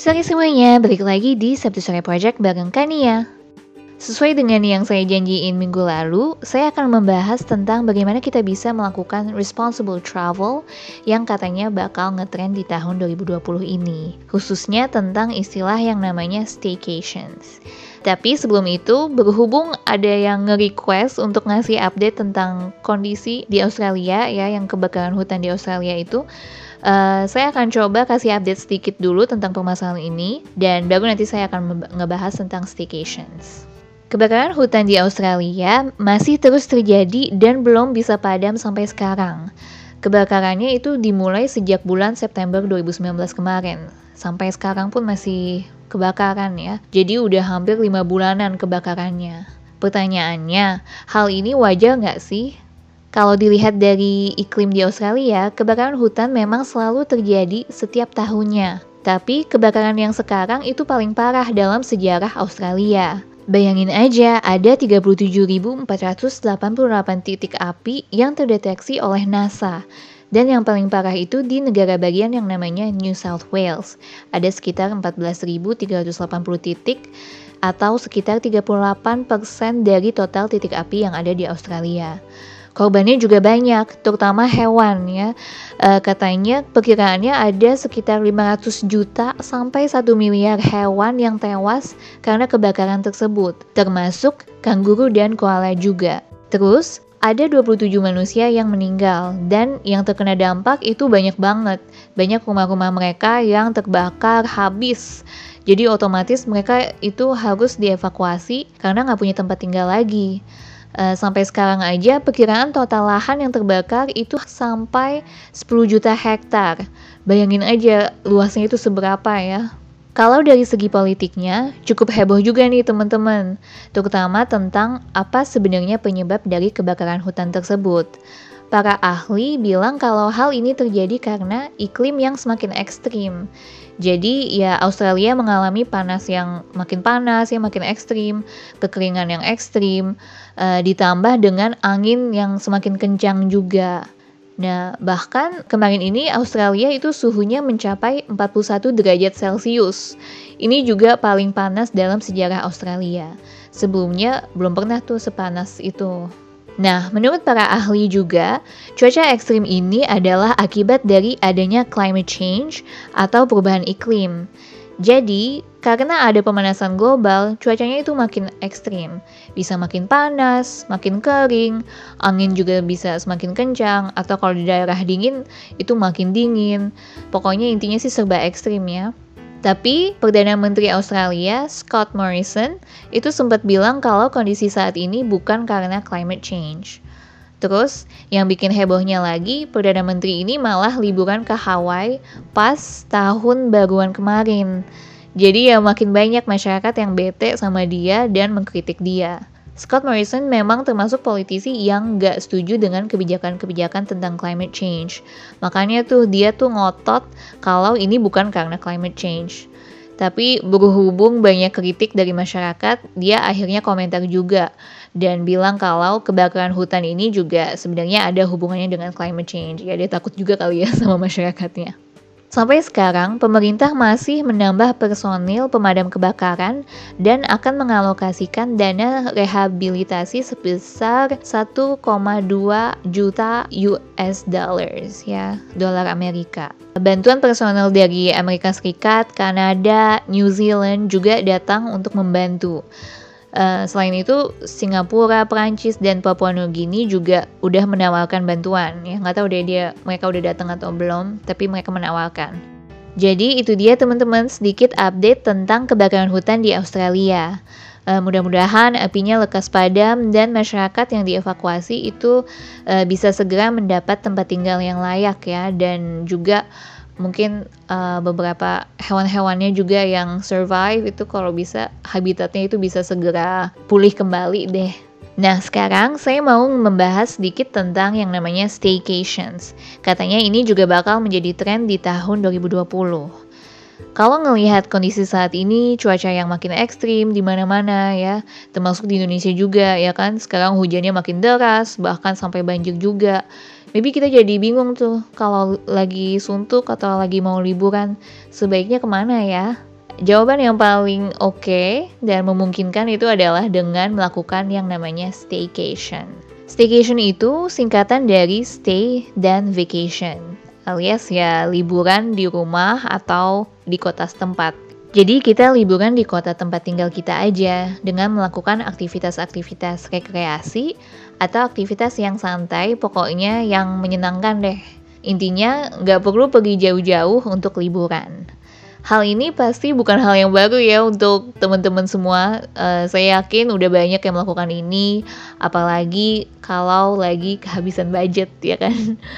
Sore semuanya, balik lagi di Sabtu Sore Project bareng Kania. Sesuai dengan yang saya janjiin minggu lalu, saya akan membahas tentang bagaimana kita bisa melakukan responsible travel yang katanya bakal ngetrend di tahun 2020 ini. Khususnya tentang istilah yang namanya staycations. Tapi sebelum itu, berhubung ada yang nge-request untuk ngasih update tentang kondisi di Australia ya, yang kebakaran hutan di Australia itu, saya akan coba kasih update sedikit dulu tentang permasalahan ini, dan baru nanti saya akan ngebahas tentang staycations. Kebakaran hutan di Australia masih terus terjadi dan belum bisa padam sampai sekarang. Kebakarannya itu dimulai sejak bulan September 2019 kemarin. Sampai sekarang pun masih kebakaran ya. Jadi udah hampir 5 bulanan kebakarannya. Pertanyaannya, hal ini wajar nggak sih? Kalau dilihat dari iklim di Australia, kebakaran hutan memang selalu terjadi setiap tahunnya. Tapi kebakaran yang sekarang itu paling parah dalam sejarah Australia. Bayangin aja, ada 37.488 titik api yang terdeteksi oleh NASA. Dan yang paling parah itu di negara bagian yang namanya New South Wales. Ada sekitar 14.380 titik atau sekitar 38% dari total titik api yang ada di Australia. Korbannya juga banyak, terutama hewan ya. Katanya perkiraannya ada sekitar 500 juta sampai 1 miliar hewan yang tewas karena kebakaran tersebut, termasuk kanguru dan koala juga. Terus, ada 27 manusia yang meninggal dan yang terkena dampak itu banyak banget. Banyak rumah-rumah mereka yang terbakar habis. Jadi otomatis mereka itu harus dievakuasi karena nggak punya tempat tinggal lagi. Sampai sekarang aja perkiraan total lahan yang terbakar itu sampai 10 juta hektar. Bayangin aja luasnya itu seberapa ya. Kalau dari segi politiknya, cukup heboh juga nih teman-teman. Terutama tentang apa sebenarnya penyebab dari kebakaran hutan tersebut. Para ahli bilang kalau hal ini terjadi karena iklim yang semakin ekstrim. Jadi ya Australia mengalami panas yang makin ekstrim, kekeringan yang ekstrim, ditambah dengan angin yang semakin kencang juga. Nah, bahkan kemarin ini Australia itu suhunya mencapai 41 derajat Celcius. Ini juga paling panas dalam sejarah Australia. Sebelumnya belum pernah tuh sepanas itu. Nah, menurut para ahli juga, cuaca ekstrim ini adalah akibat dari adanya climate change atau perubahan iklim. Jadi, karena ada pemanasan global, cuacanya itu makin ekstrim. Bisa makin panas, makin kering, angin juga bisa semakin kencang, atau kalau di daerah dingin, itu makin dingin. Pokoknya intinya sih serba ekstrim ya. Tapi, Perdana Menteri Australia, Scott Morrison, itu sempat bilang kalau kondisi saat ini bukan karena climate change. Terus, yang bikin hebohnya lagi, Perdana Menteri ini malah liburan ke Hawaii pas tahun baruan kemarin. Jadi ya makin banyak masyarakat yang bete sama dia dan mengkritik dia. Scott Morrison memang termasuk politisi yang nggak setuju dengan kebijakan-kebijakan tentang climate change. Makanya tuh dia tuh ngotot kalau ini bukan karena climate change. Tapi berhubung banyak kritik dari masyarakat, dia akhirnya komentar juga dan bilang kalau kebakaran hutan ini juga sebenarnya ada hubungannya dengan climate change. Ya dia takut juga kali ya sama masyarakatnya. Sampai sekarang, pemerintah masih menambah personil pemadam kebakaran dan akan mengalokasikan dana rehabilitasi sebesar 1,2 juta US dollars ya, dolar Amerika. Bantuan personel dari Amerika Serikat, Kanada, New Zealand juga datang untuk membantu. Selain itu, Singapura, Perancis, dan Papua Nugini juga udah menawarkan bantuan. Ya, nggak tahu deh mereka udah datang atau belum, tapi mereka menawarkan. Jadi itu dia teman-teman sedikit update tentang kebakaran hutan di Australia. Mudah-mudahan apinya lekas padam dan masyarakat yang dievakuasi itu bisa segera mendapat tempat tinggal yang layak ya, dan juga mungkin beberapa hewan-hewannya juga yang survive itu kalau bisa habitatnya itu bisa segera pulih kembali deh. Nah, sekarang saya mau membahas sedikit tentang yang namanya staycations. Katanya ini juga bakal menjadi tren di tahun 2020. Kalau ngelihat kondisi saat ini, cuaca yang makin ekstrim di mana-mana ya, termasuk di Indonesia juga ya kan, sekarang hujannya makin deras, bahkan sampai banjir juga. Maybe kita jadi bingung tuh kalau lagi suntuk atau lagi mau liburan, sebaiknya kemana ya? Jawaban yang paling oke dan memungkinkan itu adalah dengan melakukan yang namanya staycation. Staycation itu singkatan dari stay dan vacation, alias ya liburan di rumah atau di kota setempat. Jadi kita liburan di kota tempat tinggal kita aja dengan melakukan aktivitas-aktivitas rekreasi atau aktivitas yang santai, pokoknya yang menyenangkan deh. Intinya nggak perlu pergi jauh-jauh untuk liburan. Hal ini pasti bukan hal yang baru ya untuk teman-teman semua. Saya yakin udah banyak yang melakukan ini, apalagi kalau lagi kehabisan budget ya kan.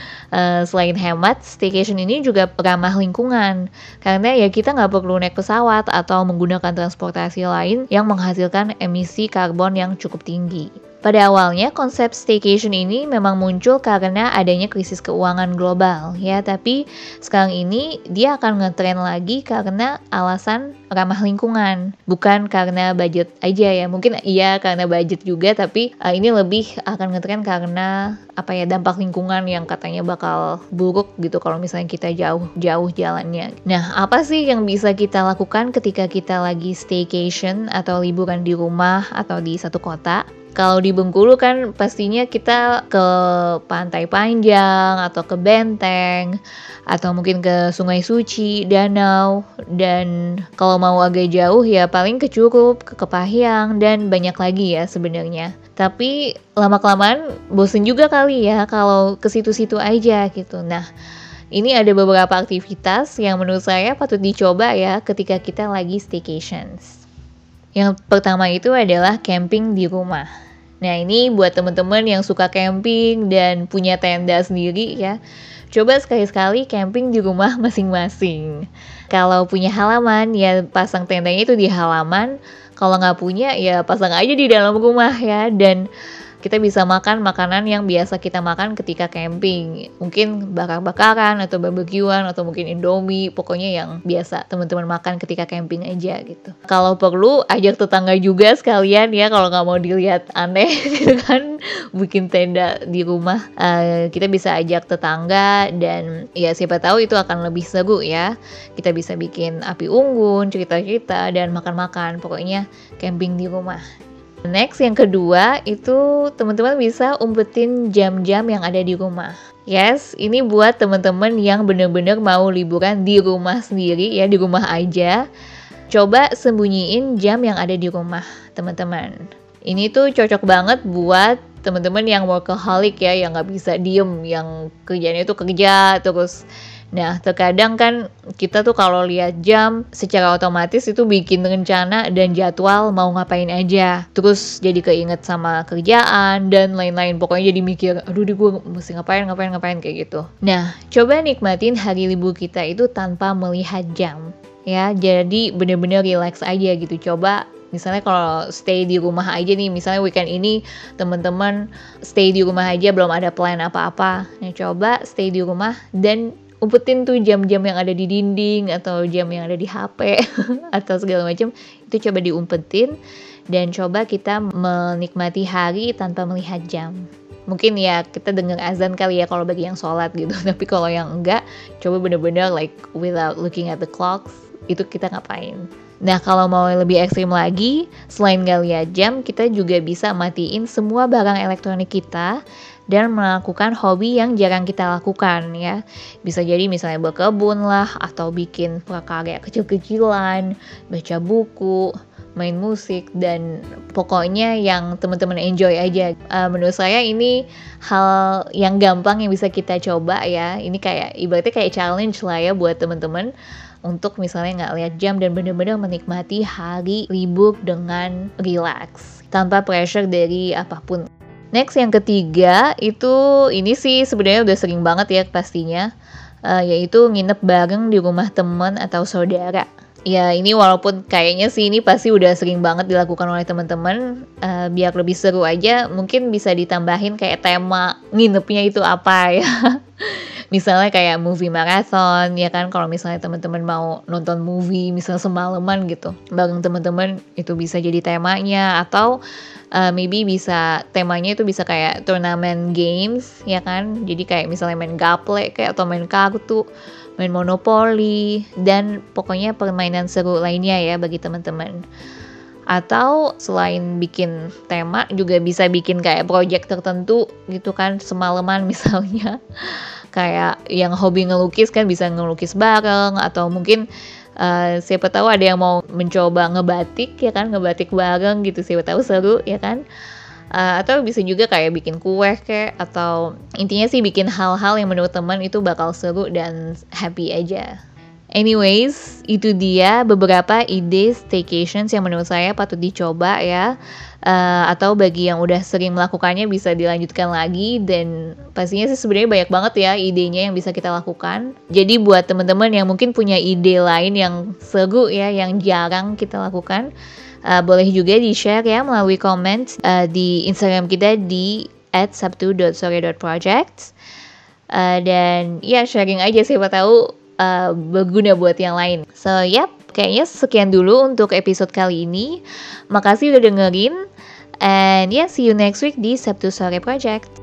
Selain hemat, staycation ini juga ramah lingkungan. Karena ya kita nggak perlu naik pesawat atau menggunakan transportasi lain yang menghasilkan emisi karbon yang cukup tinggi. Pada awalnya, konsep staycation ini memang muncul karena adanya krisis keuangan global, ya. Tapi sekarang ini dia akan ngetren lagi karena alasan ramah lingkungan, bukan karena budget aja ya. Mungkin iya karena budget juga, tapi ini lebih akan ngetren karena dampak lingkungan yang katanya bakal buruk gitu kalau misalnya kita jauh-jauh jalannya. Nah, apa sih yang bisa kita lakukan ketika kita lagi staycation atau liburan di rumah atau di satu kota? Kalau di Bengkulu kan pastinya kita ke Pantai Panjang atau ke Benteng atau mungkin ke Sungai Suci, danau, dan kalau mau agak jauh ya paling ke Curup, ke Kepahyang, dan banyak lagi ya sebenarnya. Tapi lama-kelamaan bosen juga kali ya kalau ke situ-situ aja gitu. Nah, ini ada beberapa aktivitas yang menurut saya patut dicoba ya ketika kita lagi staycations. Yang pertama itu adalah camping di rumah. Nah, ini buat teman-teman yang suka camping dan punya tenda sendiri ya. Coba sekali-sekali camping di rumah masing-masing. Kalau punya halaman ya pasang tendanya itu di halaman. Kalau nggak punya ya pasang aja di dalam rumah ya. Dan kita bisa makan makanan yang biasa kita makan ketika camping. Mungkin bakar-bakaran atau barbekyuan atau mungkin Indomie. Pokoknya yang biasa teman-teman makan ketika camping aja gitu. Kalau perlu ajak tetangga juga sekalian ya kalau nggak mau dilihat aneh gitu kan. Bikin tenda di rumah. Kita bisa ajak tetangga dan ya siapa tahu itu akan lebih seru ya. Kita bisa bikin api unggun, cerita-cerita dan makan-makan. Pokoknya camping di rumah. Next, yang kedua itu teman-teman bisa umpetin jam-jam yang ada di rumah. Yes, ini buat teman-teman yang benar-benar mau liburan di rumah sendiri ya, di rumah aja. Coba sembunyiin jam yang ada di rumah, teman-teman. Ini tuh cocok banget buat teman-teman yang workaholic ya, yang nggak bisa diem, yang kerjanya itu kerja terus. Nah, terkadang kan kita tuh kalau lihat jam secara otomatis itu bikin rencana dan jadwal mau ngapain aja. Terus jadi keinget sama kerjaan dan lain-lain. Pokoknya jadi mikir, aduh gue mesti ngapain kayak gitu. Nah, coba nikmatin hari libur kita itu tanpa melihat jam. Ya, jadi bener-bener relax aja gitu. Coba misalnya kalau stay di rumah aja nih, misalnya weekend ini teman-teman stay di rumah aja belum ada plan apa-apa. Nah, coba stay di rumah dan umpetin tuh jam-jam yang ada di dinding atau jam yang ada di HP atau segala macam, itu coba diumpetin dan coba kita menikmati hari tanpa melihat jam. Mungkin ya kita dengar azan kali ya kalau bagi yang sholat gitu, tapi kalau yang enggak, coba bener-bener like without looking at the clocks, itu kita ngapain. Nah, kalau mau lebih ekstrim lagi, selain gak lihat jam, kita juga bisa matiin semua barang elektronik kita dan melakukan hobi yang jarang kita lakukan ya. Bisa jadi misalnya berkebun lah, atau bikin prakarya kecil-kecilan, baca buku, main musik, dan pokoknya yang teman-teman enjoy aja. Menurut saya ini hal yang gampang yang bisa kita coba ya. Ini kayak ibaratnya kayak challenge lah ya buat teman-teman untuk misalnya nggak lihat jam dan benar-benar menikmati hari libur dengan relax tanpa pressure dari apapun. Next, yang ketiga itu ini sih sebenarnya udah sering banget ya pastinya, yaitu nginep bareng di rumah teman atau saudara. Ya, ini walaupun kayaknya sih ini pasti udah sering banget dilakukan oleh teman-teman, biar lebih seru aja mungkin bisa ditambahin kayak tema nginepnya itu apa ya. Misalnya kayak movie marathon, ya kan, kalau misalnya teman-teman mau nonton movie misalnya semalaman gitu, bareng teman-teman itu bisa jadi temanya, atau maybe temanya itu bisa kayak turnamen games, ya kan. Jadi kayak misalnya main gaple kayak atau main kartu, main monopoli, dan pokoknya permainan seru lainnya ya bagi teman-teman. Atau selain bikin tema juga bisa bikin kayak project tertentu gitu kan, semalaman misalnya. Kayak yang hobi ngelukis kan bisa ngelukis bareng, atau mungkin siapa tahu ada yang mau mencoba ngebatik ya kan, ngebatik bareng gitu, siapa tahu seru ya kan. Atau bisa juga kayak bikin kue kayak, atau intinya sih bikin hal-hal yang menurut teman itu bakal seru dan happy aja. Anyways, itu dia beberapa ide staycations yang menurut saya patut dicoba ya. Atau bagi yang udah sering melakukannya bisa dilanjutkan lagi, dan pastinya sih sebenarnya banyak banget ya idenya yang bisa kita lakukan. Jadi buat teman-teman yang mungkin punya ide lain yang seru ya, yang jarang kita lakukan, boleh juga di-share ya melalui komen di Instagram kita di @sabtu.sore.projects. Dan ya sharing aja, siapa tahu berguna buat yang lain. So kayaknya sekian dulu untuk episode kali ini. Makasih udah dengerin, and see you next week di Sabtu Sore Project.